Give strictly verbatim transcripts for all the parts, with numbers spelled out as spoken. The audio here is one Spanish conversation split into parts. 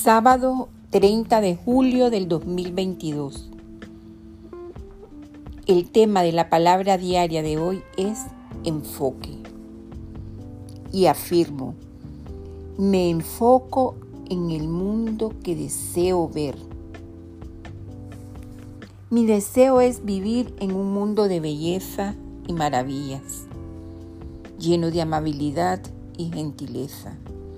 Sábado treinta de julio del dos mil veintidós. El tema de la palabra diaria de hoy es enfoque. Y afirmo, me enfoco en el mundo que deseo ver. Mi deseo es vivir en un mundo de belleza y maravillas, lleno de amabilidad y gentileza.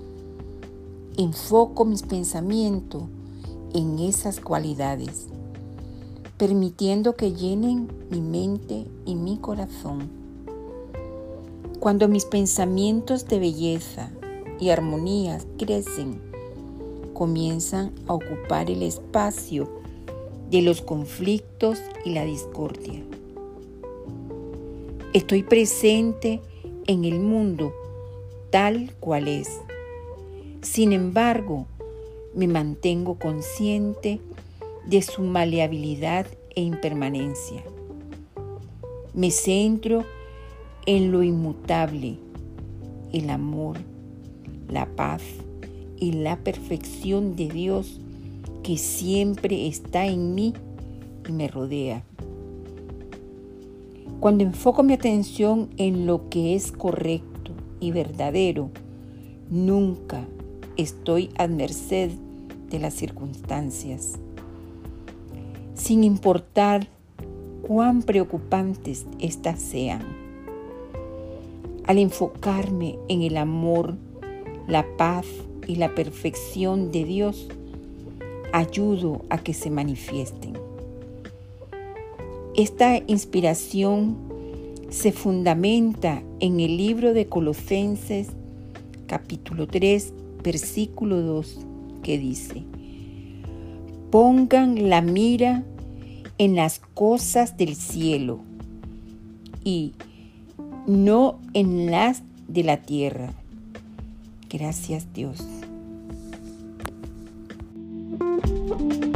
Enfoco mis pensamientos en esas cualidades, permitiendo que llenen mi mente y mi corazón. Cuando mis pensamientos de belleza y armonía crecen, comienzan a ocupar el espacio de los conflictos y la discordia. Estoy presente en el mundo tal cual es. Sin embargo, me mantengo consciente de su maleabilidad e impermanencia. Me centro en lo inmutable, el amor, la paz y la perfección de Dios que siempre está en mí y me rodea. Cuando enfoco mi atención en lo que es correcto y verdadero, nunca estoy a merced de las circunstancias. Sin importar cuán preocupantes éstas sean. Al enfocarme en el amor, la paz y la perfección de Dios, ayudo a que se manifiesten. Esta inspiración se fundamenta en el libro de Colosenses, capítulo tres, versículo dos, que dice: pongan la mira en las cosas del cielo y no en las de la tierra. Gracias, Dios.